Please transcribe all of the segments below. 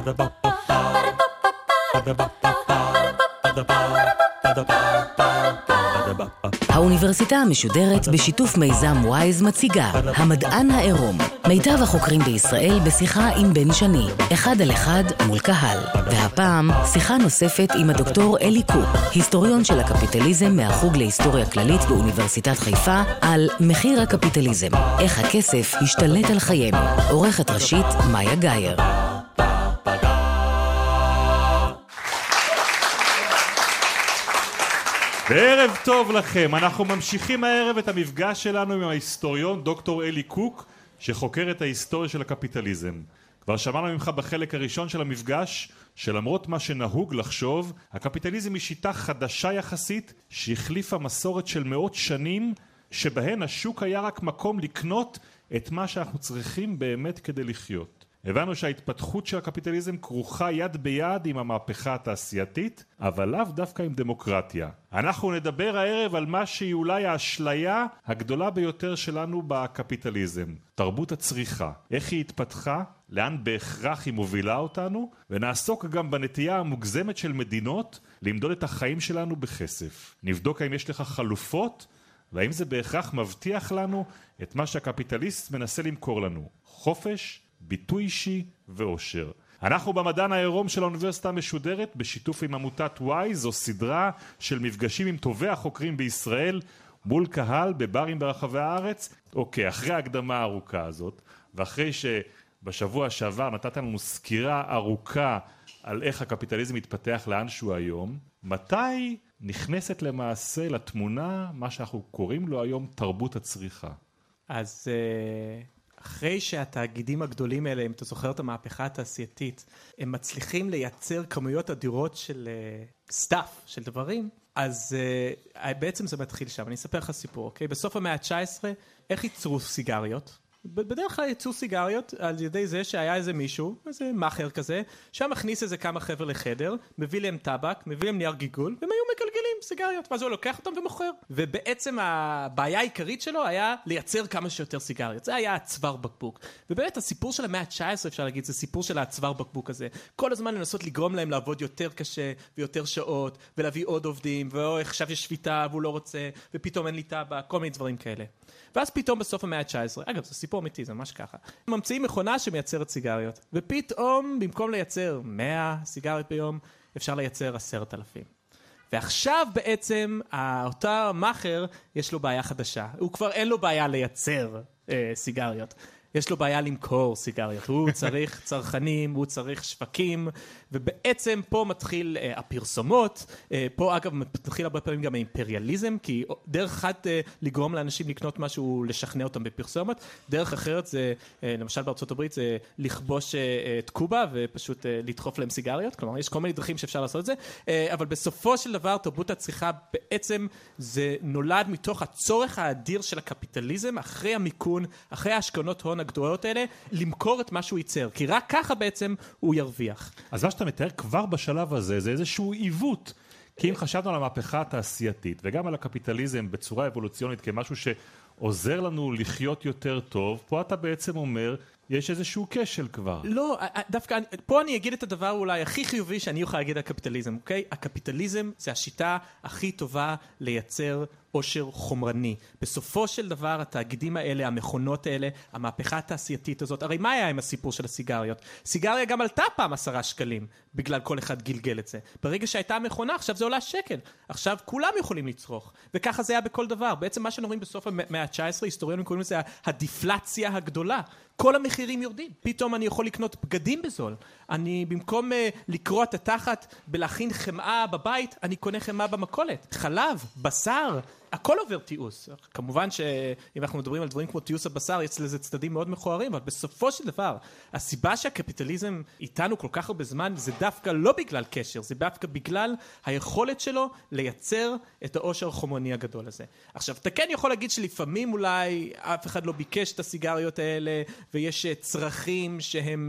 האוניברסיטה המשודרת בשיתוף מיזם וויז מציגה המדען העירום. מיטב החוקרים בישראל בשיחה עם בן שני, אחד על אחד מול קהל. והפעם שיחה נוספת עם הדוקטור אלי קוק, היסטוריון של הקפיטליזם מהחוג להיסטוריה כללית באוניברסיטת חיפה, על מחיר הקפיטליזם, איך הכסף השתלט על חיינו. עורכת ראשית מאיה גייר. וערב טוב לכם, אנחנו ממשיכים הערב את המפגש שלנו עם ההיסטוריון דוקטור אלי קוק, שחוקר את ההיסטוריה של הקפיטליזם. כבר שמענו ממך בחלק הראשון של המפגש, שלמרות מה שנהוג לחשוב, הקפיטליזם היא שיטה חדשה יחסית, שהחליפה מסורת של מאות שנים, שבהן השוק היה רק מקום לקנות את מה שאנחנו צריכים באמת כדי לחיות. הבנו שההתפתחות של הקפיטליזם כרוכה יד ביד עם המהפכה התעשייתית, אבל לאו דווקא עם דמוקרטיה. אנחנו נדבר הערב על מה שהיא אולי האשליה הגדולה ביותר שלנו בקפיטליזם, תרבות הצריכה. איך היא התפתחה, לאן בהכרח היא מובילה אותנו, ונעסוק גם בנטייה המוגזמת של מדינות למדוד את החיים שלנו בכסף. נבדוק האם יש לך חלופות, והאם זה בהכרח מבטיח לנו את מה שהקפיטליסט מנסה למכור לנו. חופש, ביטוי אישי ואושר. אנחנו במדען העירום של האוניברסיטה המשודרת בשיתוף עם עמותת וויז, זו סדרה של מפגשים עם טובי החוקרים בישראל מול קהל בברים ברחבי הארץ. אוקיי, אחרי ההקדמה הארוכה הזאת, ואחרי שבשבוע שעבר נתת לנו סקירה ארוכה על איך הקפיטליזם מתפתח לאן שהוא היום, מתי נכנסת למעשה לתמונה מה שאנחנו קוראים לו היום תרבות הצריכה? אז אחרי שהתאגידים הגדולים האלה, אם אתה זוכר את המהפכה התעשייתית, הם מצליחים לייצר כמויות אדירות של סטאפ, של דברים, אז בעצם זה מתחיל שם. אני אספר לך סיפור, אוקיי? בסוף המאה ה-19, איך ייצרו סיגריות? בדרך כלל ייצרו סיגריות על ידי זה שהיה איזה מישהו, איזה מאחר כזה, שם מכניס איזה כמה חבר'ה לחדר, מביא להם טבק, מביא להם נייר גיגול, והם היו מגלגלים סיגריות, ואז הוא לוקח אותם ומוכר. ובעצם הבעיה העיקרית שלו היה לייצר כמה שיותר סיגריות. זה היה הצוואר בקבוק. ובאמת הסיפור של המאה ה-19, אפשר להגיד, זה סיפור של הצוואר בקבוק הזה. כל הזמן לנסות לגרום להם לעבוד יותר קשה ויותר שעות, ולהביא עוד עובדים, עכשיו יש שביתה והוא לא רוצה, ופתאום אין לי טבק, כל מיני דברים כאלה. ואז פתאום בסוף המאה ה-19, אגב, זה סיפור אמיתי, זה ממש ככה. ממציאים מכונה שמייצרת סיגריות, ופתאום, במקום לייצר 100 סיגריות ביום, אפשר לייצר 10,000. ועכשיו בעצם, אותו מאחר, יש לו בעיה חדשה. הוא כבר אין לו בעיה לייצר סיגריות. יש לו בעיה למכור סיגריות. הוא צריך צרכנים, הוא צריך שווקים, ובעצם פה מתחיל הפרסומות, פה אגב מתחיל הרבה פעמים גם האימפריאליזם, כי דרך אחת לגרום לאנשים לקנות משהו, לשכנע אותם בפרסומות, דרך אחרת זה, למשל בארצות הברית, זה לכבוש את קובה, ופשוט לדחוף להם סיגריות, כלומר יש כל מיני דרכים שאפשר לעשות את זה, אבל בסופו של דבר תרבות הצריכה בעצם זה נולד מתוך הצורך האדיר של הקפיטליזם, אחרי המיקון, אחרי ההשקעות הון הגדולות האלה, למכור את מה שהוא ייצר, כי רק ככה בעצם הוא ירוויח. אז מה שאתה מתאר כבר בשלב הזה, זה איזשהו עיוות. כי אם חשבנו על המהפכה התעשייתית, וגם על הקפיטליזם בצורה אבולוציונית, כמשהו שעוזר לנו לחיות יותר טוב, פה אתה בעצם אומר, יש איזשהו כשל כבר. לא, דווקא, פה אני אגיד את הדבר אולי הכי חיובי שאני אוכל להגיד על הקפיטליזם, אוקיי? הקפיטליזם זה השיטה הכי טובה לייצר עושר חומרני. בסופו של דבר, התאגידים האלה, המכונות האלה, המהפכה התעשייתית הזאת, הרי מה היה עם הסיפור של הסיגריות? סיגריה גם עלתה פעם 10 שקלים, בגלל כל אחד גלגל את זה. ברגע שהייתה המכונה, עכשיו זה עולה שקל. עכשיו כולם יכולים לצרוך. וככה זה היה בכל דבר. בעצם מה שאנחנו רואים בסוף המאה ה-19, היסטוריונים קוראים לזה הדיפלציה הגדולה. כל המחירים יורדים. פתאום אני יכול לקנות בגדים בזול. אני במקום לקרוא את התחת בלהכין חמאה בבית, אני קונה חמאה במכולת. חלב, בשר, הכל עובר תיעוש. כמובן שאם אנחנו מדברים על דברים כמו תיעוש הבשר, יש לזה צדדים מאוד מכוערים, אבל בסופו של דבר, הסיבה שהקפיטליזם איתנו כל כך הרבה זמן, זה דווקא לא בגלל קשר, זה דווקא בגלל היכולת שלו לייצר את העושר החומרני הגדול הזה. עכשיו, אתה כן יכול להגיד שלפעמים אולי אף אחד לא ביקש את הסיגריות האלה, ויש צרכים שהם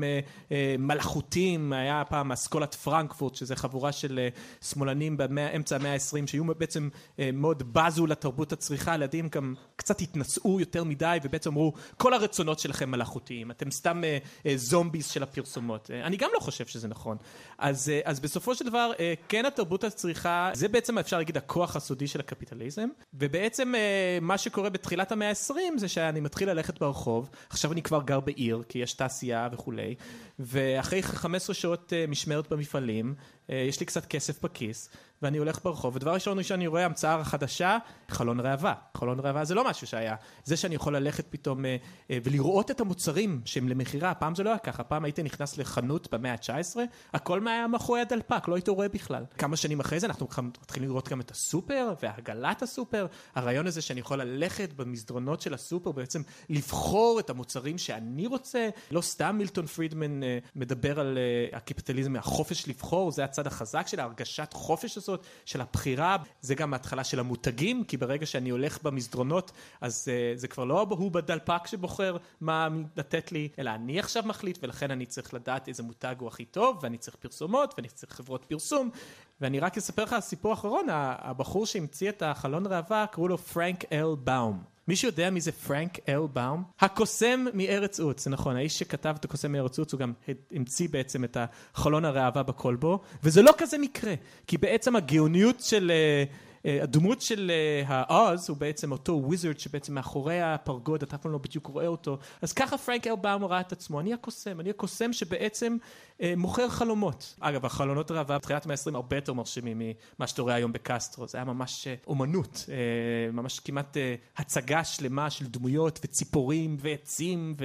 מלאכותיים. היה פעם אסכולת פרנקפורט, שזה חבורה של שמאלנים באמצע המאה ה-20, שהיו בעצם מאוד בזו לתרבות הצריכה, ילדים גם קצת התנסעו יותר מדי, ובעצם אמרו, כל הרצונות שלכם מלאכותיים, אתם סתם זומביס של הפרסומות. אני גם לא חושב שזה נכון. אז בסופו של דבר, כן התרבות הצריכה, זה בעצם אפשר להגיד הכוח הסודי של הקפיטליזם, ובעצם מה שקורה בתחילת המאה ה-20 זה שאני מתחיל ללכת ברחוב, עכשיו אני כבר גר בעיר, כי יש תעשייה וכולי, ואחרי 15 שעות משמרת במפעלים, יש לי קצת כסף בכיס, ואני הולך ברחוב, ודבר ראשון שאני רואה המצאה חדשה, חלון ראווה. חלון ראווה זה לא משהו שהיה. זה שאני יכול ללכת פתאום ולראות את המוצרים שהם למחירה. פעם זה לא היה ככה. פעם הייתי נכנס לחנות במאה ה-19, הכל היה מאחורי הדלפק, לא היית רואה בכלל. כמה שנים אחרי זה אנחנו מתחילים לראות גם את הסופר והגלת הסופר. הרעיון הזה שאני יכול ללכת במסדרונות של הסופר, בעצם לבחור את המוצרים שאני רוצה. לא סתם מילטון פרידמן מדבר על הקפיטליזם, החופש לבחור, זה הצד החזק של הרגשת חופש הזאת, של הבחירה. זה גם ההתחלה של המותגים, כי ברגע שאני הולך במסדרונות, אז זה כבר לא הוא בדלפק שבוחר מה לתת לי, אלא אני עכשיו מחליט, ולכן אני צריך לדעת איזה מותג הוא הכי טוב, ואני צריך פרסומות, ואני צריך חברות פרסום. ואני רק אספר לך סיפור אחרון, הבחור שהמציא את החלון ראווה, קראו לו פרנק אל באום. מישהו יודע מי זה פרנק אל באום? הקוסם מארץ עוץ, זה נכון, האיש שכתב את הקוסם מארץ עוץ, הוא גם המציא בעצם את החלון הראווה בקולבו, וזה לא כזה מקרה, כי בעצם הגאוניות של הדמות של העוז הוא בעצם אותו וויזרד שבעצם מאחורי הפרגוד, אתה אפילו לא בדיוק רואה אותו, אז ככה פרנק אל באום ראה את עצמו, אני הקוסם שבעצם מוכר חלומות. אגב, החלונות ראווה בתחילת המאה ה-20 הרבה יותר מרשימים ממה שאתה רואה היום בקסטרו, זה היה ממש אומנות, ממש כמעט הצגה שלמה של דמויות וציפורים ועצים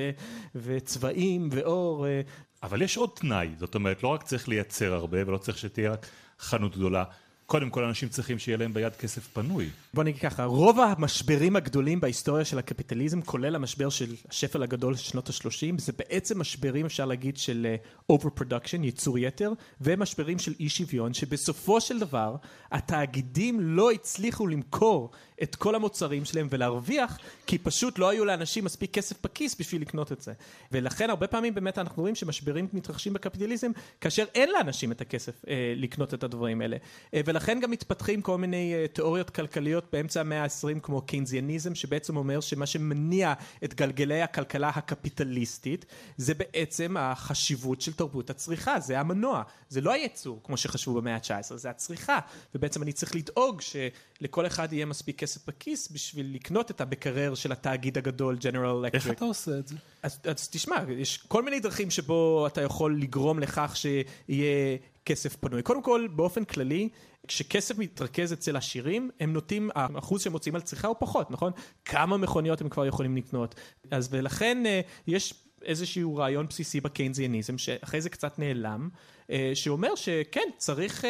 וצבעים ואור. אבל יש עוד תנאי, זאת אומרת, לא רק צריך לייצר הרבה ולא צריך שתהיה רק חנות גדולה, קודם כל אנשים צריכים שיהיה להם ביד כסף פנוי. בוא נגיד ככה, רוב המשברים הגדולים בהיסטוריה של הקפיטליזם, כולל המשבר של השפל הגדול של שנות ה-30, זה בעצם משברים, אפשר להגיד, של overproduction, ייצור יתר, ומשברים של אי שוויון, שבסופו של דבר, התאגידים לא הצליחו למכור את כל המוצרים שלהם ולהרוויח, כי פשוט לא היו לאנשים מספיק כסף בכיס בשביל לקנות את זה. ולכן הרבה פעמים באמת אנחנו רואים שמשברים מתרחשים בקפיטליזם, כאשר אין לאנשים את הכסף לקנות את הדברים האלה. ולכן גם מתפתחים כל מיני תיאוריות כלכליות באמצע המאה ה-20, כמו קיינזיאניזם, שבעצם אומר שמה שמניע את גלגלי הכלכלה הקפיטליסטית, זה בעצם החשיבות של תרבות הצריכה, זה המנוע. זה לא הייצור, כמו שחשבו במאה ה-19, זה הצריכה. ובעצם אני צריך לדאוג שלכל אחד יהיה מספיק כסף בכיס בשביל לקנות את המקרר של התאגיד הגדול, General Electric. איך אתה עושה את זה? אז תשמע, יש כל מיני דרכים שבו אתה יכול לגרום לכך שיהיה כסף פנוי. קודם כל, באופן כללי, כשכסף מתרכז אצל עשירים, הם נוטים, האחוז שהם מוצאים על צריכה הוא פחות, נכון? כמה מכוניות הם כבר יכולים לקנות. אז ולכן יש איזשהו רעיון בסיסי בקיינזיאניזם, שאחרי זה קצת נעלם, שאומר שכן, צריך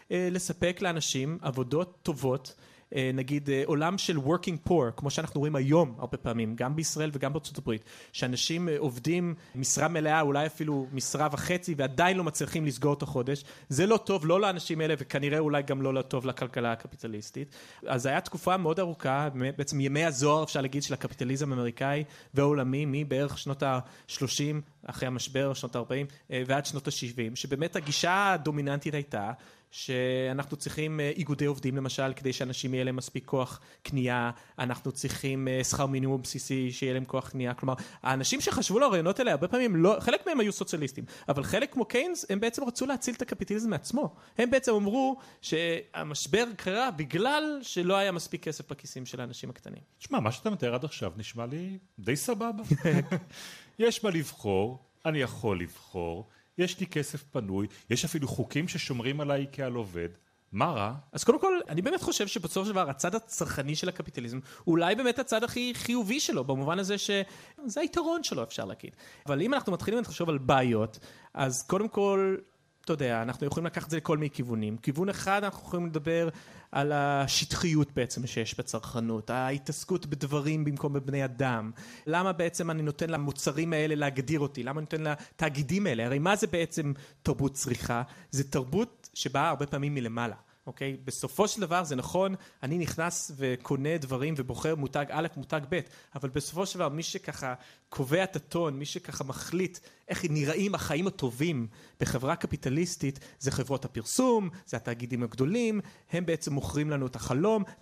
לספק לאנשים עבודות טובות, נגיד עולם של working poor, כמו שאנחנו רואים היום הרבה פעמים, גם בישראל וגם בארצות הברית, שאנשים עובדים משרה מלאה, אולי אפילו משרה וחצי, ועדיין לא מצליחים לסגור את החודש. זה לא טוב, לא לאנשים האלה, וכנראה אולי גם לא טוב לכלכלה הקפיטליסטית. אז היה תקופה מאוד ארוכה, בעצם ימי הזוהר, אפשר להגיד, של הקפיטליזם האמריקאי והעולמי, מבערך שנות ה-30, אחרי המשבר, שנות ה-40, ועד שנות ה-70, שבאמת הגישה הדומיננטית הייתה, שאנחנו צריכים איגודי עובדים למשל, כדי שאנשים יהיה להם מספיק כוח קנייה, אנחנו צריכים שכר מינימום בסיסי שיהיה להם כוח קנייה, כלומר, האנשים שחשבו לרעיונות האלה, הרבה פעמים לא, חלק מהם היו סוציאליסטים, אבל חלק כמו קיינס, הם בעצם רצו להציל את הקפיטליזם מעצמו. הם בעצם אמרו שהמשבר קרה בגלל שלא היה מספיק כסף בכיסים של האנשים הקטנים. תשמע, מה שאתה מתאר עד עכשיו נשמע לי די סבבה. יש מה לבחור, אני יכול לבחור, יש לי כסף פנוי, יש אפילו חוקים ששומרים עליי כעל עובד. מה רע? אז קודם כל, אני באמת חושב שבסוף של דבר, הצד הצרכני של הקפיטליזם, אולי באמת הצד הכי חיובי שלו, במובן הזה שזה היתרון שלו, אפשר להגיד. אבל אם אנחנו מתחילים לחשוב על בעיות, אז קודם כל, אתה יודע, אנחנו יכולים לקחת את זה לכל מיני כיוונים. כיוון אחד, אנחנו יכולים לדבר על השטחיות בעצם שיש בצרכנות, ההתעסקות בדברים במקום בבני אדם. למה בעצם אני נותן למוצרים האלה להגדיר אותי? למה אני נותן לתאגידים האלה? הרי מה זה בעצם תרבות צריכה? זה תרבות שבאה הרבה פעמים מלמעלה. אוקיי? בסופו של דבר זה נכון, אני נכנס וקונה דברים ובוחר מותג א', מותג ב', אבל בסופו של דבר מי שככה קובע את הטון, מי שככה מחליט איך נראים החיים הטובים בחברה קפיטליסטית, זה חברות הפרסום, זה התאגידים הגדולים, הם בעצם מוכרים לנו את החלום. אגב,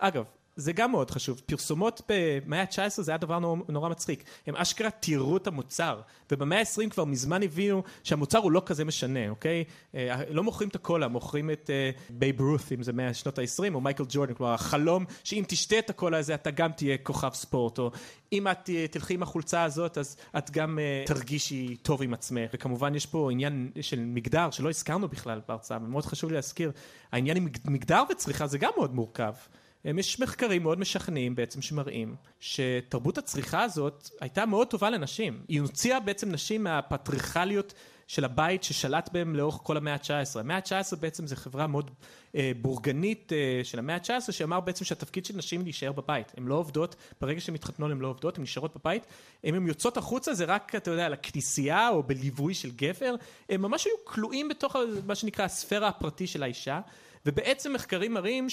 זה גם מאוד חשוב. פרסומות במאה ה-19 זה היה דבר נורא מצחיק. הם אשכרה תיארו את המוצר, ובמאה ה-20 כבר מזמן הבינו שהמוצר הוא לא כזה משנה, אוקיי? לא מוכרים את הקולה, מוכרים את בייב רות, אם זה מהשנות ה-20, או מייקל ג'ורדן, כלומר החלום שאם תשתה את הקולה הזה, אתה גם תהיה כוכב ספורט, או אם את תלכי עם החולצה הזאת, אז את גם תרגישי טוב עם עצמך. וכמובן יש פה עניין של מגדר, שלא הזכרנו בכלל בהרצאה, ומאוד חשוב לי להזכיר, העניין עם מגדר וצריכה זה גם מאוד מורכב. יש מחקרים מאוד משכנעים בעצם שמראים שתרבות הצריכה הזאת הייתה מאוד טובה לנשים. היא הוציאה בעצם נשים מהפטריארכליות של הבית ששלט בהם לאורך כל המאה ה-19. המאה ה-19 בעצם זה חברה מאוד בורגנית של המאה ה-19, שאמר בעצם שהתפקיד של נשים להישאר בבית. הן לא עובדות, ברגע שהן מתחתנו הן לא עובדות, הן נשארות בבית. אם הן יוצאות החוצה זה רק, אתה יודע, לכניסייה או בליווי של גבר. הם ממש היו כלואים בתוך מה שנקרא הספירה הפרטי של האישה. ובעצם מחקרים מראים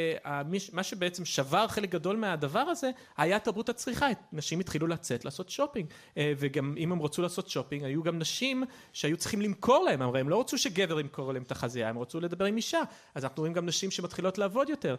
שמה שבעצם שבר חלק גדול מהדבר הזה היה תרבות הצריכה. נשים התחילו לצאת, לעשות שופינג, וגם אם הם רצו לעשות שופינג, היו גם נשים שהיו צריכים למכור להם, הם לא רצו שגבר ימכור להם את החזייה, הם רצו לדבר עם אישה, אז אנחנו רואים גם נשים שמתחילות לעבוד יותר.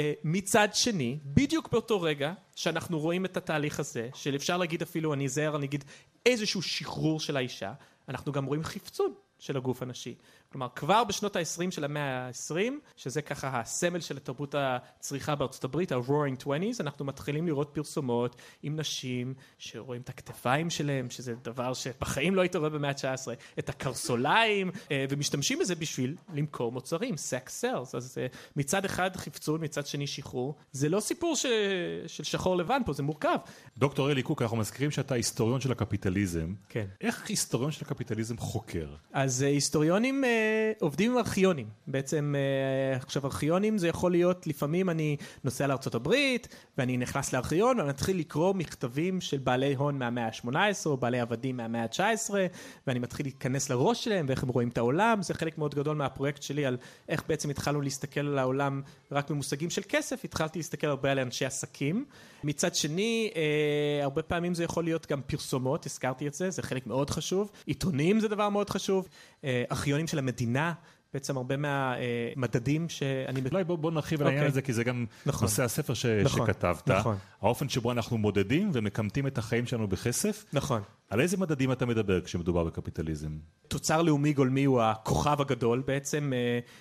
מצד שני, בדיוק באותו רגע שאנחנו רואים את התהליך הזה, של אפשר להגיד אפילו, אני אגיד איזשהו שחרור של האישה, אנחנו גם רואים חפצון של הגוף הנשי. כלומר, כבר בשנות ה-20 של המאה ה-20, שזה ככה הסמל של תרבות הצריכה בארצות הברית, ה-Roaring 20s, אנחנו מתחילים לראות פרסומות עם נשים שרואים את הכתפיים שלהם, שזה דבר שבחיים לא התעורר במאה ה-19, את הקרסוליים, ומשתמשים בזה בשביל למכור מוצרים, sex sells. אז מצד אחד חפצון, מצד שני שחרור. זה לא סיפור של שחור לבן פה, זה מורכב. דוקטור אלי קוק, אנחנו מזכירים שאתה היסטוריון של הקפיטליזם. כן. איך היסטוריון של הקפיטליזם חוקר? אז היסטוריונים עובדים עם ארכיונים. בעצם עכשיו ארכיונים זה יכול להיות, לפעמים אני נוסע לארצות הברית ואני נכנס לארכיון ואני מתחיל לקרוא מכתבים של בעלי הון מהמאה ה-18 או בעלי עבדים מהמאה ה-19 ואני מתחיל להיכנס לראש שלהם ואיך הם רואים את העולם. זה חלק מאוד גדול מהפרויקט שלי על איך בעצם התחלנו להסתכל על העולם רק במושגים של כסף. התחלתי להסתכל הרבה על אנשי עסקים. מצד שני, הרבה פעמים זה יכול להיות גם פרסומות, הזכרתי את זה, זה חלק מאוד חשוב. עיתונים זה דבר מאוד חשוב. ארכיונים של המדינה, בעצם הרבה מהמדדים שאני... אולי בוא נרחיב על העניין הזה, כי זה גם נושא הספר שכתבת. האופן שבו אנחנו מודדים ומקמטים את החיים שלנו בכסף. נכון. על איזה מדדים אתה מדבר כשמדובר בקפיטליזם? תוצר לאומי גולמי הוא הכוכב הגדול. בעצם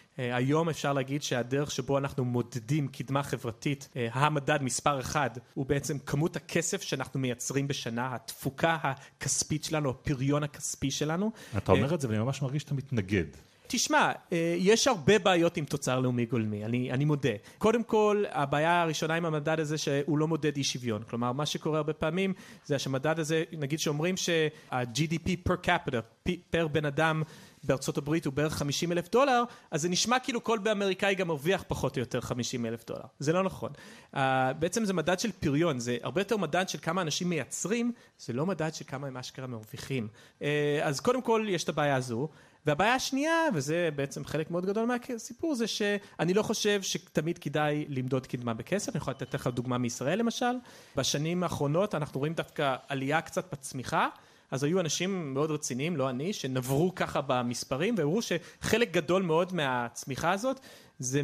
היום אפשר להגיד שהדרך שבו אנחנו מודדים קדמה חברתית, המדד מספר 1, הוא בעצם כמות הכסף שאנחנו מייצרים בשנה, התפוקה הכספית שלנו, הפריון הכספי שלנו. אתה אומר את זה ואני ממש מרגיש שאתה מתנגד. תשמע, יש הרבה בעיות עם תוצר לאומי גולמי, אני מודה. קודם כל, הבעיה הראשונה עם המדד הזה שהוא לא מודד אי שוויון. כלומר, מה שקורה הרבה פעמים זה שהמדד הזה, נגיד שאומרים שה-GDP per capita, פר בן אדם בארצות הברית הוא בערך $50,000, אז זה נשמע כאילו כל באמריקאי גם מרוויח פחות או יותר $50,000. זה לא נכון. בעצם זה מדד של פריון, זה הרבה יותר מדד של כמה אנשים מייצרים, זה לא מדד של כמה הם אשכרה מרוויחים. אז קודם כל יש את הבעיה הזו. והבעיה השנייה, וזה בעצם חלק מאוד גדול מהסיפור, זה שאני לא חושב שתמיד כדאי למדוד קדמה בכסף. אני יכול לתת לך דוגמה מישראל למשל. בשנים האחרונות אנחנו רואים דווקא עלייה קצת בצמיחה, אז היו אנשים מאוד רציניים, לא אני, שנברו ככה במספרים, והראו שחלק גדול מאוד מהצמיחה הזאת, זה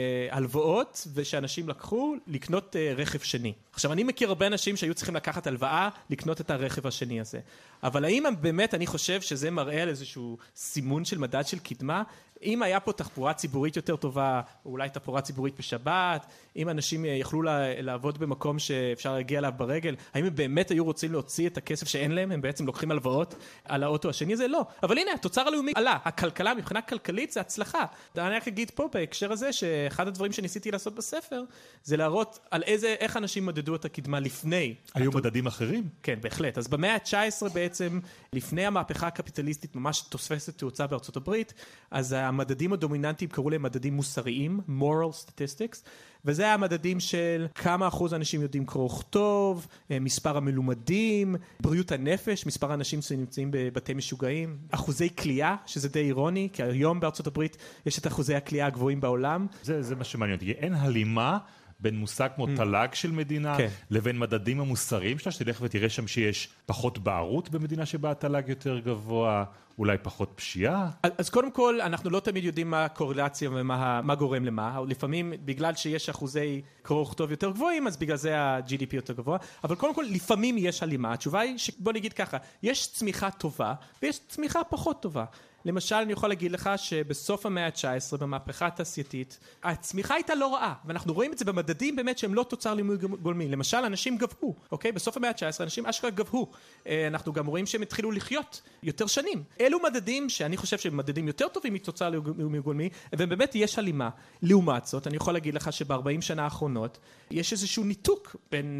מהלוואות ושאנשים לקחו לקנות רכב שני. עכשיו, אני מכיר הרבה אנשים שהיו צריכים לקחת הלוואה לקנות את הרכב השני הזה. אבל האם באמת אני חושב שזה מראה על איזשהו סימון של מדד של קדמה? אם היה פה תחבורה ציבורית יותר טובה, או אולי תחבורה ציבורית בשבת, אם אנשים יכלו לעבוד במקום שאפשר להגיע אליו ברגל, האם הם באמת היו רוצים להוציא את הכסף שאין להם? הם בעצם לוקחים הלוואות על האוטו השני הזה? לא. אבל הנה, התוצר הלאומי עלה. הכלכלה מבחינה כלכלית זה הצלחה. אני רק אגיד פה בהקשר הזה שאחד הדברים שניסיתי לעשות בספר, זה להראות על איך אנשים מדדו את הקדמה לפני. היו מדדים אחרים? כן, בהחלט. אז במאה ה-19 בעצם, לפני המהפכה הקפיטליסטית ממש תוספת תאוצה בארצות הברית, אז המדדים הדומיננטיים קראו להם מדדים מוסריים, moral statistics, וזה היה המדדים של כמה אחוז אנשים יודעים קרוא וכתוב, מספר המלומדים, בריאות הנפש, מספר האנשים שנמצאים בבתי משוגעים, אחוזי כליאה, שזה די אירוני, כי היום בארצות הברית יש את אחוזי הכליאה הגבוהים בעולם. זה מה שמעניין אותי. אין הלימה בין מושג כמו תל"ג של מדינה, לבין מדדים המוסריים שלה, שתלך ותראה שם שיש פחות בערות במדינה שבה התל"ג יותר גבוה, אולי פחות פשיעה? אז קודם כל, אנחנו לא תמיד יודעים מה הקורלציה ומה גורם למה. לפעמים, בגלל שיש אחוזי קרוא וכתוב יותר גבוהים, אז בגלל זה ה-GDP יותר גבוה. אבל קודם כל, לפעמים יש הלימה. התשובה היא, בוא נגיד ככה, יש צמיחה טובה ויש צמיחה פחות טובה. למשל, אני יכול להגיד לך שבסוף המאה ה-19, במהפכה התעשייתית, הצמיחה הייתה לא רעה, ואנחנו רואים את זה במדדים באמת שהם לא תוצר לאומי גולמי. למשל, אנשים גבהו, אוקיי? בסוף המאה ה-19, אנשים אשכרה גבהו. אנחנו גם רואים שהם התחילו לחיות יותר שנים. אלו מדדים שאני חושב שהם מדדים יותר טובים מתוצר לאומי גולמי, ובאמת יש הלימה. לעומת זאת, אני יכול להגיד לך שב-40 שנה האחרונות, יש איזשהו ניתוק בין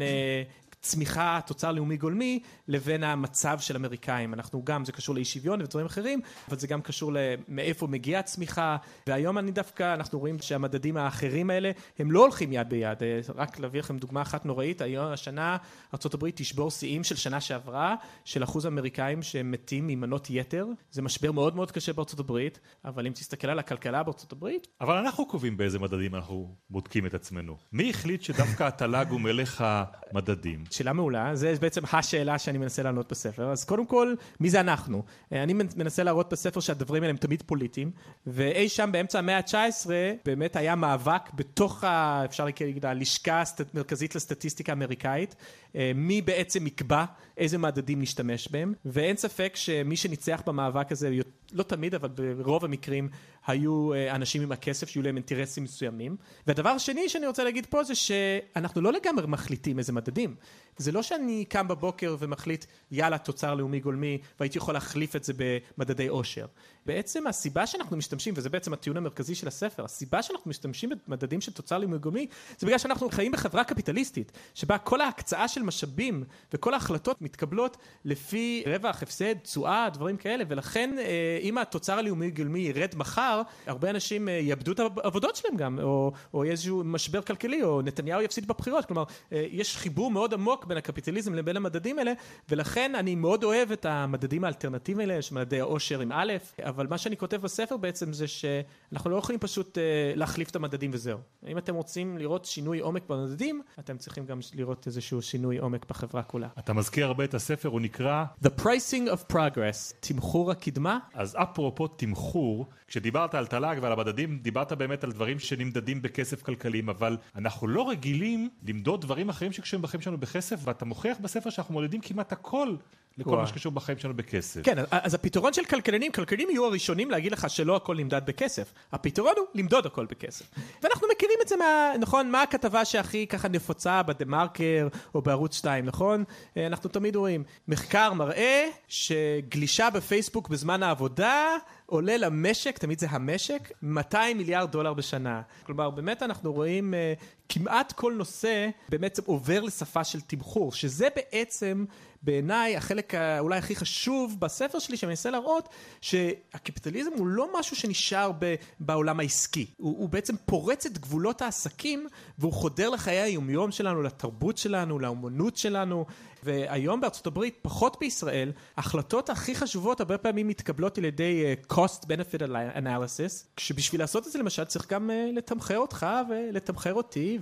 צמיחה, תוצר לאומי גולמי, לבין המצב של אמריקאים. אנחנו גם, זה קשור לאי שוויון ודברים אחרים, אבל זה גם קשור למאיפה מגיעה הצמיחה, והיום אנחנו רואים שהמדדים האחרים האלה, הם לא הולכים יד ביד. רק להביא לכם דוגמה אחת נוראית, היום השנה ארצות הברית תשבור שיאים של שנה שעברה, של אחוז אמריקאים שמתים ממנות יתר. זה משבר מאוד מאוד קשה בארצות הברית, אבל אם תסתכל על הכלכלה בארצות הברית... אבל אנחנו קובעים באיזה מדדים אנחנו בודקים את עצמנו. מי החליט שדווקא התל"ג הוא מלך המדדים? שאלה מעולה, זה בעצם השאלה שאני מנסה לענות בספר. אז קודם כל, מי זה אנחנו? אני מנסה להראות בספר שהדברים האלה הם תמיד פוליטיים, ואי שם באמצע המאה ה-19 באמת היה מאבק בתוך, אפשר להגיד, הלשכה המרכזית לסטטיסטיקה האמריקאית, מי בעצם יקבע איזה מדדים נשתמש בהם, ואין ספק שמי שניצח במאבק הזה, לא תמיד, אבל ברוב המקרים, היו אנשים עם הכסף שיהיו להם אינטרסים מסוימים. והדבר השני שאני רוצה להגיד פה זה שאנחנו לא לגמרי מחליטים איזה מדדים. זה לא שאני קם בבוקר ומחליט, יאללה, תוצר לאומי גולמי, והייתי יכול להחליף את זה במדדי עושר. בעצם הסיבה שאנחנו משתמשים, וזה בעצם הטיעון המרכזי של הספר, הסיבה שאנחנו משתמשים במדדים של תוצר לאומי גולמי, זה בגלל שאנחנו חיים בחברה קפיטליסטית, שבה כל ההקצאה של משאבים וכל ההחלטות מתקבלות לפי רווח, הפסד, תשואה, דברים כאלה, ולכן אם התוצר הלאומי גולמי ירד מחר, הרבה אנשים יאבדו את העבודות שלהם גם, או איזשהו משבר כלכלי, או נתניהו יפסיד בבחירות. כלומר, יש חיבור מאוד עמוק בין הקפיטליזם לבין המדדים האלה, ולכן אני מאוד אוהב את המדדים האלטרנטיביים האלה, שמדדי העושר עם א', אבל מה שאני כותב בספר בעצם זה שאנחנו לא יכולים פשוט להחליף את המדדים וזהו. אם אתם רוצים לראות שינוי עומק במדדים, אתם צריכים גם לראות איזשהו שינוי עומק בחברה כולה. אתה מזכיר הרבה את הספר, הוא נקרא The Pricing of Progress, תמחור הקדמה. אז אפרופו תמחור, כשדיברת על תל"ג ועל המדדים, דיברת באמת על דברים שנמדדים בכסף כלכליים, אבל אנחנו לא רגילים למדוד דברים אחרים שקשורים בחיים שלנו בכסף, ואתה מוכיח בספר שאנחנו מודדים כמעט הכל לכל מה שקשור בחיים שלנו בכסף. כן, אז הפתרון של כלכלנים יהיו הראשונים להגיד לך שלא הכל נמדד בכסף. הפתרון הוא למדוד הכל בכסף. ואנחנו מכירים את זה נכון, מה הכתבה שהכי ככה נפוצה בדה-מרקר או בערוץ 2, נכון? אנחנו תמיד רואים, מחקר מראה שגלישה בפייסבוק בזמן העבודה עולה למשק, תמיד זה המשק, $200 מיליארד בשנה. כלומר, באמת אנחנו רואים כמעט כל נושא באמת עובר לשפה של תמחור, שזה בעצם בעיניי החלק אולי הכי חשוב בספר שלי, שאני מנסה להראות שהקפיטליזם הוא לא משהו שנשאר בעולם העסקי. הוא בעצם פורץ את גבולות העסקים, והוא חודר לחיי היומיום שלנו, לתרבות שלנו, לאומנות שלנו, והיום בארצות הברית, פחות בישראל, ההחלטות הכי חשובות הרבה פעמים מתקבלות על ידי cost benefit analysis, כשבשביל לעשות את זה למשל צריך גם לתמחר אותך ולתמחר אותי,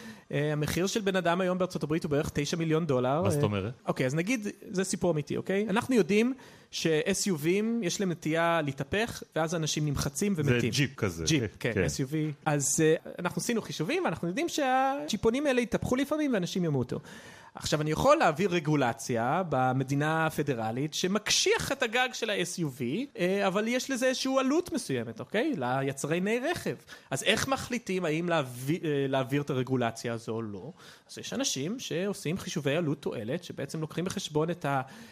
והמחיר של בן אדם היום בארצות הברית הוא בערך $9 מיליון. מה זאת אומרת? אוקיי, אז נגיד, זה סיפור אמיתי, אוקיי? אנחנו יודעים ש-SUVים יש להם נטייה להתהפך, ואז אנשים נמחצים ומתים. זה ג'יפ כזה. ג'יפ, כן, SUV. אז אנחנו עשינו חישובים, ואנחנו יודעים שהג'יפונים האלה יתהפכו לפעמים, ואנשים ימותו. עכשיו, אני יכול להעביר רגולציה במדינה הפדרלית שמקשיח את הגג של ה-SUV, אבל יש לזה איזשהו עלות מסוימת, אוקיי? ליצרני רכב. אז איך מחליטים האם להעביר את הרגולציה הזו או לא? אז יש אנשים שעושים חישובי עלות תועלת, שבעצם לוקחים בחשבון את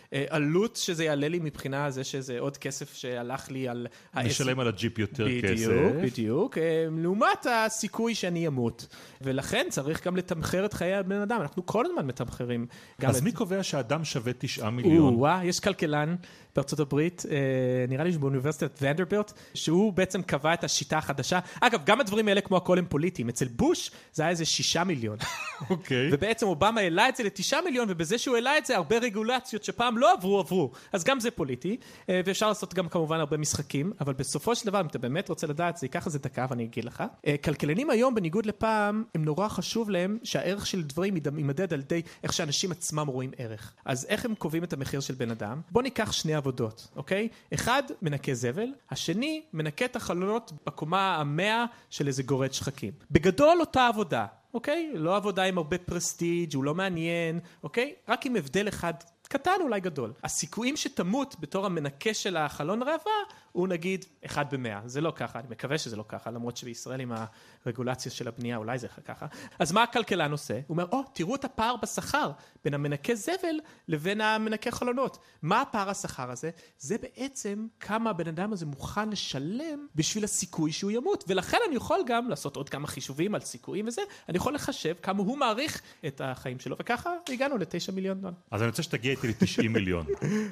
העלות שזה יעלה לי מבחינה זה שזה עוד כסף שהלך לי על ה-SUV. משלם על הג'יפ יותר כסף. בדיוק. לעומת הסיכוי שאני אמות. ולכן צריך גם לתמחר את חיי הבן אדם. אנחנו כל הזמן מתמחרים אחרים. אז מי קובע שאדם שווה 9 מיליון? יש כלכלן בארצות הברית, נראה לי שבאוניברסיטת ונדרבילט, שהוא בעצם קבע את השיטה החדשה. אגב, גם הדברים האלה כמו הכל הם פוליטיים. אצל בוש זה היה איזה 6 מיליון. אוקיי. ובעצם אובמה העלה את זה ל9 מיליון, ובזה שהוא העלה את זה, הרבה רגולציות שפעם לא עברו. אז גם זה פוליטי, ואפשר לעשות גם כמובן הרבה משחקים, אבל בסופו של דבר, אם אתה באמת רוצה לדעת, זה ייקח איזה דקה ואני אגיד לך. כלכלנים היום, בניגוד לפעם, הם נורא חשוב להם שהערך של דברים יימדד על ידי איך שאנשים עצמם רואים ערך. אז איך הם קובעים את המחיר של בן אדם? בוא ניקח שני עבודות, אוקיי? אחד, מנקה זבל, השני, מנקה את החלונות בקומה 100 של איזה גורד שחקים. בגדול אותה עבודה, אוקיי? לא עבודה עם הרבה פרסטיג', הוא לא מעניין, אוקיי? רק עם הבדל אחד קטן אולי גדול. הסיכויים שתמות בתור המנקה של החלון ראווה, הוא נגיד 1 ב-100. זה לא ככה, אני מקווה שזה לא ככה, למרות שבישראל עם הרגולציה של הבנייה, אולי זה ככה. אז מה הכלכלן עושה? הוא אומר, תראו את הפער בשכר בין המנקה זבל לבין המנקה חלונות. מה הפער השכר הזה? זה בעצם כמה הבן אדם הזה מוכן לשלם בשביל הסיכוי שהוא ימות. ולכן אני יכול גם לעשות עוד כמה חישובים על סיכויים וזה, אני יכול לחשב כמה הוא מעריך את החיים שלו, וככה הגענו ל$9 מיליון. אז אני רוצה שתגיע איתי ל-90 מיליון.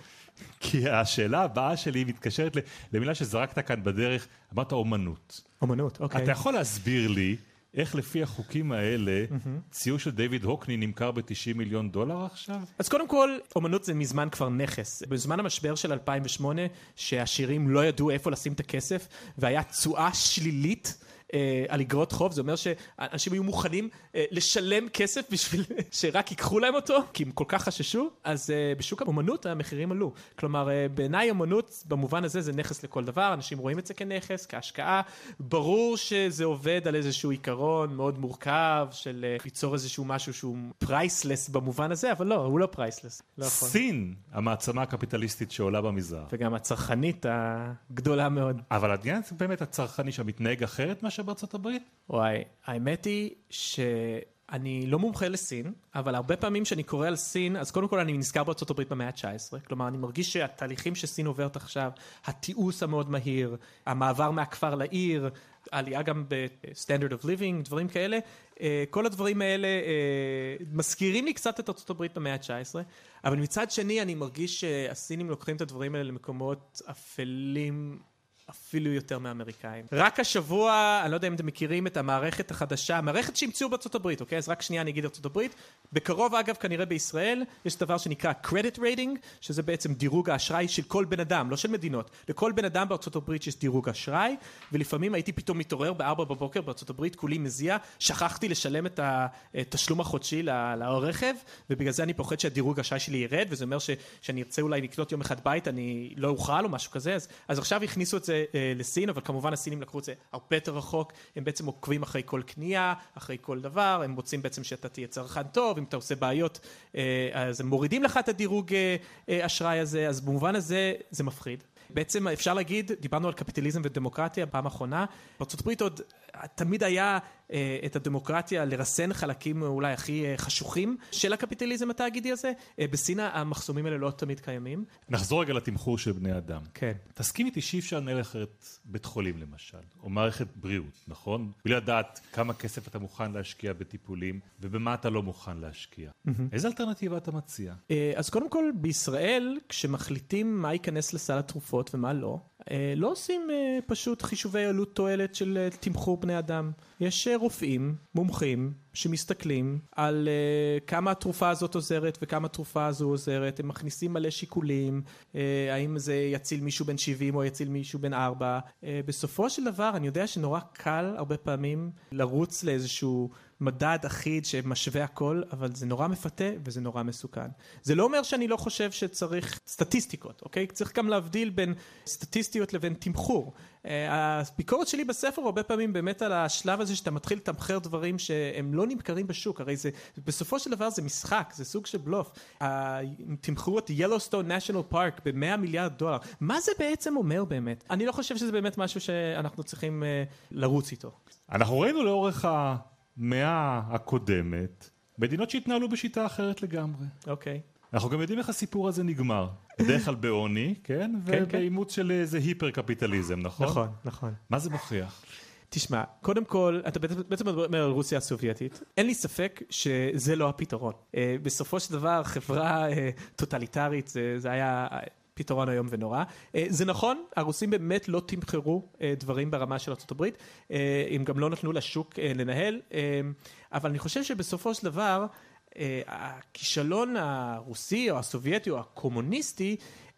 כי השאלה הבאה שלי מתקשרת למילה שזרקת כאן בדרך, אמרת אומנות. אומנות, אוקיי. אתה יכול להסביר לי איך לפי החוקים האלה ציור של דיוויד הוקני נמכר ב$90 מיליון עכשיו? אז קודם כל, אומנות זה מזמן כבר נכס. בזמן המשבר של 2008, שהעשירים לא ידעו איפה לשים את הכסף, והיה תשואה שלילית, על אגרות חוב, זה אומר שאנשים היו מוכנים לשלם כסף בשביל שרק ייקחו להם אותו, כי הם כל כך חששו, אז בשוק האמנות המחירים עלו. כלומר, בעיניי אמנות, במובן הזה זה נכס לכל דבר, אנשים רואים את זה כנכס, כהשקעה, ברור שזה עובד על איזשהו עיקרון מאוד מורכב, של ליצור איזשהו משהו שהוא פרייסלס במובן הזה, אבל לא, הוא לא פרייסלס. לא יכול. סין, המעצמה הקפיטליסטית שעולה במזרח. וגם הצרכנית הגדולה מאוד. אבל העניין זה באמת הצרכני שמתנהג אחרת מאשר בארצות הברית? וואי, האמת היא שאני לא מומחה לסין, אבל הרבה פעמים שאני קורא על סין, אז קודם כל אני נזכר בארצות הברית במאה ה-19, כלומר אני מרגיש שהתהליכים שסין עוברת עכשיו, התיעוש המאוד מהיר, המעבר מהכפר לעיר, העלייה גם ב-standard of living, דברים כאלה, כל הדברים האלה מזכירים לי קצת את ארצות הברית במאה ה-19, אבל מצד שני אני מרגיש שהסינים לוקחים את הדברים האלה למקומות אפלים, אפילו יותר מאמריקאים. רק השבוע, אני לא יודע אם אתם מכירים את המערכת החדשה, המערכת שהמציאו בארצות הברית, אוקיי? אז רק שנייה אני אגיד ארצות הברית. בקרוב, אגב, כנראה בישראל, יש דבר שנקרא credit rating, שזה בעצם דירוג האשראי של כל בן אדם, לא של מדינות. לכל בן אדם בארצות הברית יש דירוג אשראי, ולפעמים הייתי פתאום מתעורר ב-4 בבוקר בארצות הברית, כולי מזיע, שכחתי לשלם את התשלום החודשי לרכב, ובגלל זה אני פוחד שהדירוג האשראי שלי ירד, וזה אומר שאני ארצה אולי לקנות יום אחד בית, אני לא אוכל או משהו כזה. אז עכשיו הכניסו את זה לסין, אבל כמובן הסינים לקחו את זה הרבה יותר רחוק, הם בעצם עוקבים אחרי כל קנייה, אחרי כל דבר, הם רוצים בעצם שאתה תהיה צרכן טוב, אם אתה עושה בעיות, אז הם מורידים לך את הדירוג אשראי הזה, אז במובן הזה זה מפחיד. בעצם אפשר להגיד, דיברנו על קפיטליזם ודמוקרטיה פעם האחרונה, בארצות הברית עוד תמיד היה את הדמוקרטיה לרסן חלקים אולי הכי חשוכים של הקפיטליזם התאגידי הזה. בסין המחסומים האלה לא תמיד קיימים. נחזור רגע לתמחור של בני אדם. כן. תסכים איתי שאי אפשר לנהל אחרת בית חולים למשל, או מערכת בריאות, נכון? בלי לדעת כמה כסף אתה מוכן להשקיע בטיפולים, ובמה אתה לא מוכן להשקיע. איזה אלטרנטיבה אתה מציע? אז קודם כל, בישראל, כשמחליטים מה ייכנס לסל התרופות ומה לא, לא עושים פשוט חישובי עלות תועלת של תמחור בני אדם. יש רופאים, מומחים, שמסתכלים על כמה התרופה הזאת עוזרת וכמה התרופה הזו עוזרת. הם מכניסים מלא שיקולים, האם זה יציל מישהו בן 70 או יציל מישהו בן 4. בסופו של דבר, אני יודע שנורא קל הרבה פעמים לרוץ לאיזשהו מדד אחיד שמשווה הכל, אבל זה נורא מפתה וזה נורא מסוכן. זה לא אומר שאני לא חושב שצריך סטטיסטיקות, אוקיי? צריך גם להבדיל בין סטטיסטיות לבין תמחור. הביקורת שלי בספר הרבה פעמים באמת על השלב הזה שאתה מתחיל לתמחר דברים שהם לא נמכרים בשוק, הרי זה, בסופו של דבר זה משחק, זה סוג של בלוף. תמחרו את Yellowstone National Park ב$100 מיליארד. מה זה בעצם אומר באמת? אני לא חושב שזה באמת משהו שאנחנו צריכים לרוץ איתו. אנחנו ראינו לאורך המאה הקודמת מדינות שהתנהלו בשיטה אחרת לגמרי. אוקיי. אנחנו גם יודעים איך הסיפור הזה נגמר. בדרך כלל בעוני, כן? ובאימוץ של איזה היפר-קפיטליזם, נכון? נכון, נכון. מה זה מוכיח? תשמע, קודם כל, אתה בעצם מדבר על רוסיה הסובייטית. אין לי ספק שזה לא הפתרון. בסופו של דבר, חברה טוטליטרית, זה היה פתרון היום ונורא. זה נכון, הרוסים באמת לא תמחרו דברים ברמה של ארצות הברית, הם גם לא נתנו לשוק לנהל, אבל אני חושב שבסופו של דבר, הכישלון הרוסי או הסובייטי או הקומוניסטי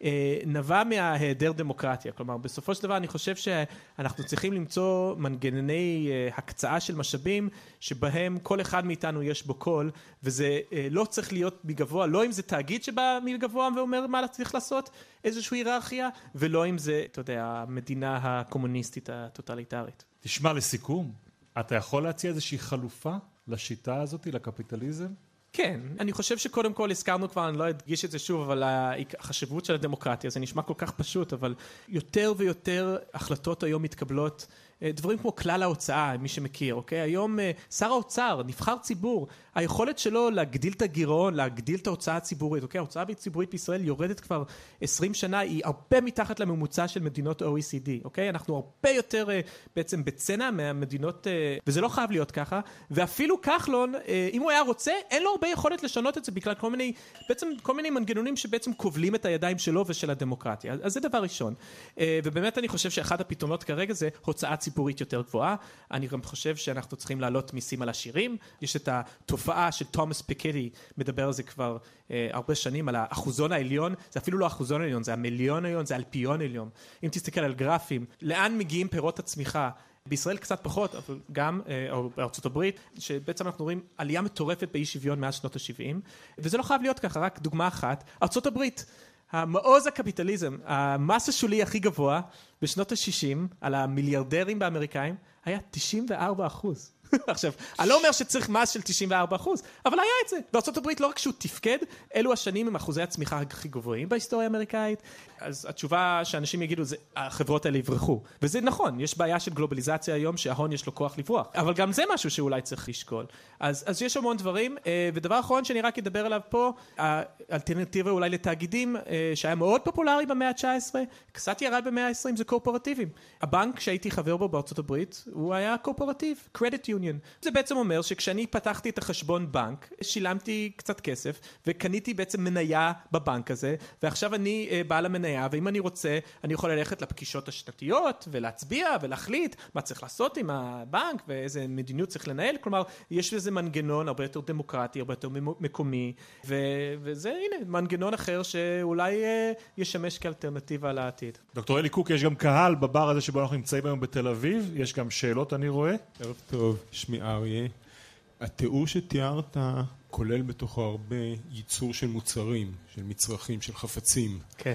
נבע מההיעדר דמוקרטיה. כלומר, בסופו של דבר אני חושב שאנחנו צריכים למצוא מנגנוני הקצאה של משאבים שבהם כל אחד מאיתנו יש בו קול, וזה לא צריך להיות מגבוה, לא אם זה תאגיד שבא מגבוה ואומר מה צריך לעשות, איזושהי היררכיה, ולא אם זה, אתה יודע, המדינה הקומוניסטית הטוטליטרית. תשמע, לסיכום, אתה יכול להציע איזושהי חלופה לשיטה הזאת, לקפיטליזם? כן, אני חושב שקודם כל הזכרנו כבר, אני לא אדגיש את זה שוב, אבל החשיבות של הדמוקרטיה, זה נשמע כל כך פשוט, אבל יותר ויותר החלטות היום מתקבלות, דברים כמו כלל ההוצאה, מי שמכיר, אוקיי? היום שר האוצר, נבחר ציבור, היכולת שלו להגדיל את הגירעון, להגדיל את ההוצאה הציבורית, אוקיי? ההוצאה הציבורית בישראל יורדת כבר 20 שנה, היא הרבה מתחת לממוצע של מדינות ה-OECD, אוקיי? אנחנו הרבה יותר בעצם בצנע מהמדינות, וזה לא חייב להיות ככה, ואפילו כחלון, אם הוא היה רוצה, אין לו הרבה יכולת לשנות את זה, בגלל כל מיני מנגנונים שבעצם כובלים את הידיים שלו ושל הדמוקרטיה. אז זה דבר ראשון. ובאמת אני חושב שאחד הפתרונות כרגע זה הוצאה ציבורית יותר גבוהה. אני גם חושב שאנחנו צריכים להעלות מיסים על עשירים. יש את התופעה של תומאס פיקטי, מדבר על זה כבר הרבה שנים, על האחוזון העליון. זה אפילו לא האחוזון העליון, זה המיליון העליון, זה האלפיון העליון. אם תסתכל על גרפים, לאן מגיעים פירות הצמיחה? בישראל קצת פחות, אבל גם, או בארצות הברית, שבעצם אנחנו רואים עלייה מטורפת באי שוויון מאז שנות ה-70, וזה לא חייב להיות ככה, רק דוגמה אחת. ארצות הברית, המעוז הקפיטליזם, המס השולי הכי גבוה בשנות ה-60, על המיליארדרים באמריקאים, היה 94%. עכשיו, אני לא אומר שצריך מס של 94%, אבל היה את זה. בארצות הברית לא רק שהוא תפקד, אלו השנים עם אחוזי הצמיחה הכי גבוהים בהיסטוריה האמריקאית, אז התשובה שאנשים יגידו זה, החברות האלה יברחו. וזה נכון, יש בעיה של גלובליזציה היום, שההון יש לו כוח לברוח. אבל גם זה משהו שאולי צריך לשקול. אז יש המון דברים, ודבר אחרון שאני רק אדבר עליו פה, האלטרנטיבה אולי לתאגידים, שהיה מאוד פופולרי במאה ה-19, קצת ירד במאה ה-20, זה קורפורטיבים. הבנק שהייתי חבר בו בארצות הברית, הוא היה קורפורטיב, Credit Union. זה בעצם אומר שכשאני פתחתי את החשבון בנק, שילמתי קצת כסף, וקניתי בעצם מניה בבנק הזה, ועכשיו אני בעל המניה, ואם אני רוצה, אני יכול ללכת לפגישות השנתיות, ולהצביע, ולהחליט מה צריך לעשות עם הבנק, ואיזה מדיניות צריך לנהל. כלומר, יש איזה מנגנון הרבה יותר דמוקרטי, הרבה יותר מקומי, וזה, הנה, מנגנון אחר שאולי ישמש כאלטרנטיבה לעתיד. דוקטור אלי קוק, יש גם קהל בבר הזה שבו אנחנו נמצאים היום בתל אביב, יש גם שאלות, אני רואה. ערב טוב, שמי אריה. התיאור שתיארת כולל בתוכו הרבה ייצור של מוצרים, של מצרכים, של חפצים. כן.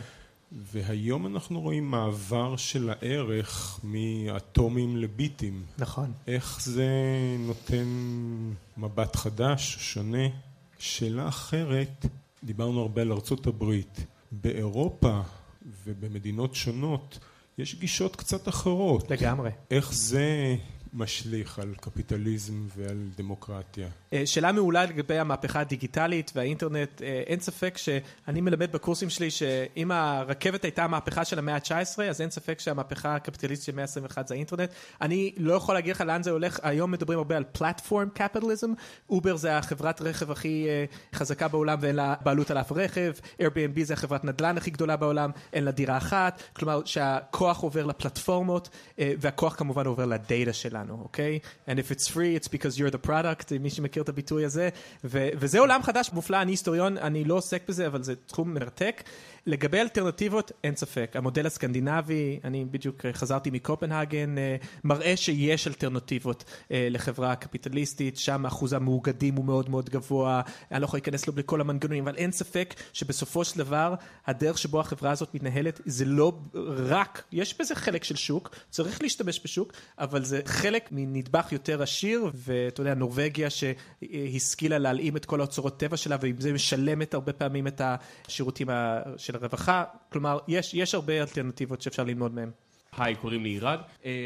והיום אנחנו רואים מעבר של הערך מאטומים לביטים. נכון. איך זה נותן מבט חדש, שונה? שאלה אחרת, דיברנו הרבה על ארצות הברית. באירופה ובמדינות שונות יש גישות קצת אחרות. לגמרי. איך זה משליך על קפיטליזם ועל דמוקרטיה? שאלה מעולה לגבי המהפכה הדיגיטלית והאינטרנט. אין ספק שאני מלמד בקורסים שלי שאם הרכבת הייתה המהפכה של המאה ה-19, אז אין ספק שהמהפכה הקפיטליסטית של המאה ה-21 זה האינטרנט. אני לא יכול להגיד לך לאן זה הולך. היום מדברים הרבה על פלטפורם קפיטליזם. אובר זה החברת רכב הכי חזקה בעולם ואין לה בעלות על אף רכב. Airbnb זה החברת נדל"ן הכי גדולה בעולם, אין לה דירה אחת. כלומר שהכוח עובר לפלטפורמות, והכוח כמובן עובר לדאטה שלנו, אוקיי? And if it's free, it's because you're the product, מי שמכיר את הביטוי הזה, וזה עולם חדש מופלא. אני היסטוריון, אני לא עוסק בזה, אבל זה תחום מרתק. לגבי אלטרנטיבות, אין ספק. המודל הסקנדינבי, אני בדיוק חזרתי מקופנהגן, מראה שיש אלטרנטיבות לחברה קפיטליסטית, שם אחוז המאוגדים הוא מאוד מאוד גבוה, אני לא יכול להיכנס לו בכל המנגנונים, אבל אין ספק שבסופו של דבר, הדרך שבו החברה הזאת מתנהלת, זה לא רק, יש בזה חלק של שוק, צריך להשתמש בשוק, אבל זה חלק מנדבך יותר עשיר, ואתה יודע, נורווגיה שהשכילה להלאים את כל האוצרות טבע שלה, ועם זה משלמת הרבה פעמים את השירותים של הרווחה. כלומר, יש הרבה אלטרנטיבות שאפשר ללמוד מהם. היי, קוראים לי ירד.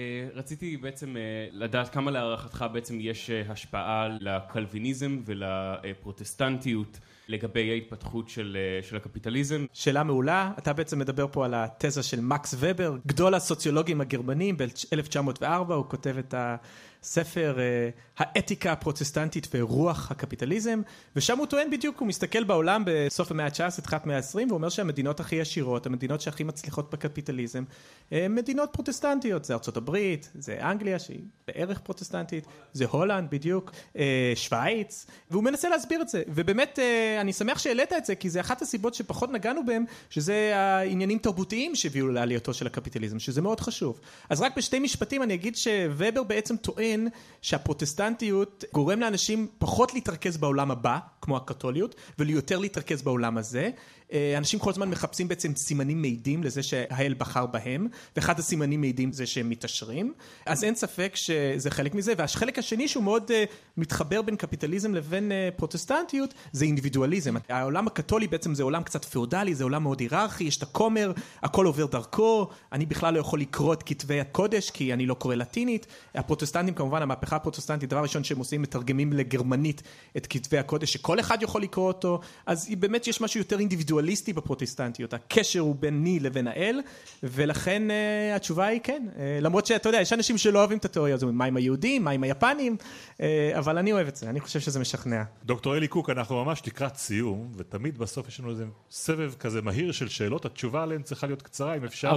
רציתי בעצם לדעת כמה להערכתך בעצם יש השפעה לקלוויניזם ולפרוטסטנטיות לגבי ההתפתחות של הקפיטליזם. שאלה מעולה, אתה בעצם מדבר פה על התזה של מקס ובר, גדול הסוציולוגים הגרמנים, ב-1904 הוא כותב את הספר האתיקה הפרוטסטנטית ורוח הקפיטליזם, ושם הוא טוען בדיוק, הוא מסתכל בעולם בסוף המאה ה-19, תחילת המאה ה-20, והוא אומר שהמדינות הכי עשירות, המדינות שהכי מצליחות בקפיטליזם, מדינות פרוטסטנטיות, זה ארצות הברית, זה אנגליה שהיא בערך פרוטסטנטית, זה הולנד בדיוק, שוויץ, והוא מנסה להסביר את זה, ובאמת אני שמח שהעלית את זה, כי זה אחת הסיבות שפחות נגענו בהם, שזה העניינים תרבותיים שהביאו לעלייתו של הקפיטליזם, שזה מאוד חשוב. אז רק בשתי משפטים אני אגיד שובר בעצם טוען שהפרוטסטנטיות גורם לאנשים פחות להתרכז בעולם הבא, כמו הקתוליות, וליותר להתרכז בעולם הזה. אנשים כל הזמן מחפשים בעצם סימנים מעידים לזה שהאל בחר בהם, ואחד הסימנים מעידים זה שהם מתעשרים, אז אין ספק שזה חלק מזה, והחלק השני שהוא מאוד מתחבר בין קפיטליזם לבין פרוטסטנטיות, זה אינדיבידואליזם. העולם הקתולי בעצם זה עולם קצת פאודלי, זה עולם מאוד היררכי, יש את הכומר, הכל עובר דרכו, אני בכלל לא יכול לקרוא את כתבי הקודש, כי אני לא קורא לטינית. הפרוטסטנטים כמובן, המהפכה הפרוטסטנטית, דבר ראשון שהם עושים, מתרגמים לגרמנית את כתבי הקודש, שכל אחד יכול לקרוא אותו, אז באמת יש משהו יותר אינדיבידואליסטי בפרוטסטנטיות, הקשר הוא ביני לבין האל, ולכן התשובה היא כן, למרות שאתה יודע, יש אנשים שלא אוהבים את התיאוריה הזו, מה עם היהודים, מה עם היפנים, אבל אני אוהב את זה, אני חושב שזה משכנע. דוקטור אלי קוק, אנחנו ממש לקראת סיום, ותמיד בסוף יש לנו איזה סבב כזה מהיר של שאלות, התשובה עליהן צריכה להיות קצרה, אם אפשר,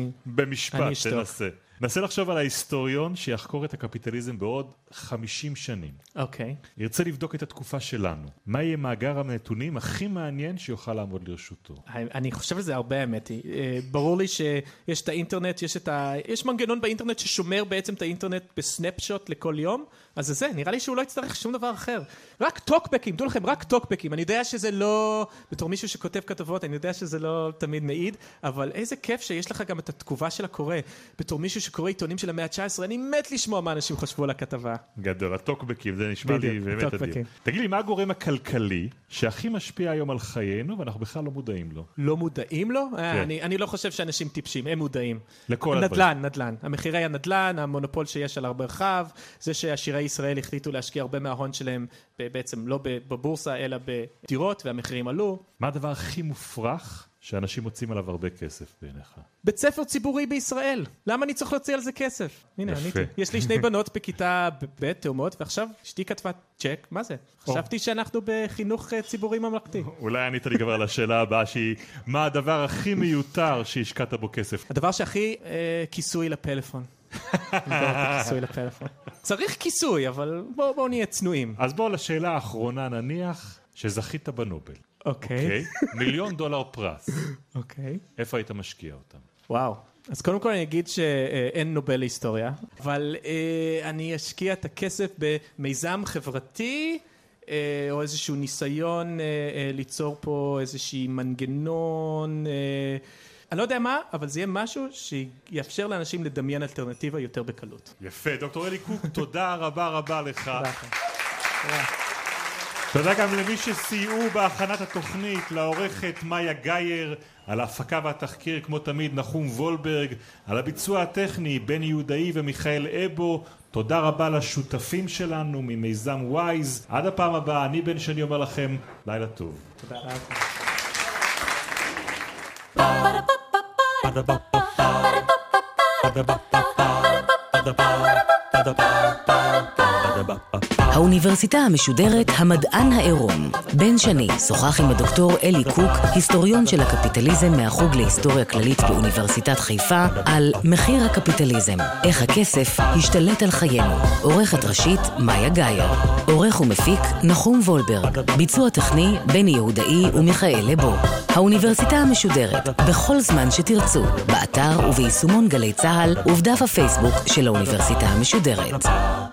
במשפט תנסה. נסה לחשוב על ההיסטוריון שיחקור את הקפיטליזם בעוד 50 שנים. אוקיי. ירצה לבדוק את התקופה שלנו. מה יהיה מאגר הנתונים הכי מעניין שיוכל לעמוד לרשותו? אני חושב על זה הרבה, האמת היא. ברור לי שיש את האינטרנט, יש מנגנון באינטרנט ששומר בעצם את האינטרנט בסנפשוט לכל יום, אז זה, נראה לי שהוא לא יצטרך שום דבר אחר. רק טוקבקים, דעו לכם, רק טוקבקים. אני יודע שזה לא, בתור מישהו שכותב כתבות, אני יודע שזה לא תמיד מעיד, אבל איזה כיף שיש לך גם את התגובה של הקורא. בתור מישהו שקורא עיתונים של המאה ה-19, אני מת לשמוע מה אנשים חשבו על הכתבה. גדול, הטוקבקים, זה נשמע לי באמת אדיר. תגיד לי, מה הגורם הכלכלי שהכי משפיע היום על חיינו, ואנחנו בכלל לא מודעים לו? לא מודעים לו? אני לא חושב שאנשים טיפשים, הם מודעים. לכל הדברים. נדל"ן. המחירי הנדל"ן, המונופול שיש על הרבה רחב, זה שעשירי ישראל החליטו להשקיע הרבה מההון שלהם, בעצם לא בבורסה, אלא בדירות, והמחירים עלו. מה הדבר הכי מופרך שאנשים מוצאים עליו הרבה כסף בעיניך? בית ספר ציבורי בישראל. למה אני צריך להוציא על זה כסף? הנה, יש לי שני בנות בכיתה ב' תאומות, ועכשיו אשתי כתבה צ'ק, מה זה? חשבתי שאנחנו בחינוך ציבורי ממלכתי. אולי ענית לי כבר לשאלה הבאה שהיא, מה הדבר הכי מיותר שהשקעת בו כסף? הדבר שהכי כיסוי לפלאפון. כיסוי לפלאפון. צריך כיסוי, אבל בואו נהיה צנועים. אז בואו לשאלה האחרונה, נניח שזכית בנובל. אוקיי. $1,000,000 פרס. אוקיי. איפה היית משקיע אותם? וואו. אז קודם כל אני אגיד שאין נובל להיסטוריה, אבל אני אשקיע את הכסף במיזם חברתי, או איזשהו ניסיון ליצור פה איזושהי מנגנון, אני לא יודע מה, אבל זה יהיה משהו שיאפשר לאנשים לדמיין אלטרנטיבה יותר בקלות. יפה, דוקטור אלי קוק, תודה רבה לך. תודה. תודה גם למי שסייעו בהכנת התוכנית, לעורכת מאיה גייר, על ההפקה והתחקיר כמו תמיד נחום וולברג, על הביצוע הטכני בני יהודאי ומיכאל אבו. תודה רבה לשותפים שלנו ממיזם וויז. עד הפעם הבאה, אני בן שני אומר לכם לילה טוב. תודה. האוניברסיטה המשודרת המדען העירום. בן שני שוחח עם הדוקטור אלי קוק, היסטוריון של הקפיטליזם מהחוג להיסטוריה כללית באוניברסיטת חיפה, על מחיר הקפיטליזם, איך הכסף השתלט על חיינו. עורכת ראשית מאיה גייר. עורך ומפיק נחום וולברג. ביצוע טכני בני יהודאי ומיכאל אבו. האוניברסיטה המשודרת, בכל זמן שתרצו, באתר וביישומון גלי צהל ובדף הפייסבוק של האוניברסיטה המשודרת.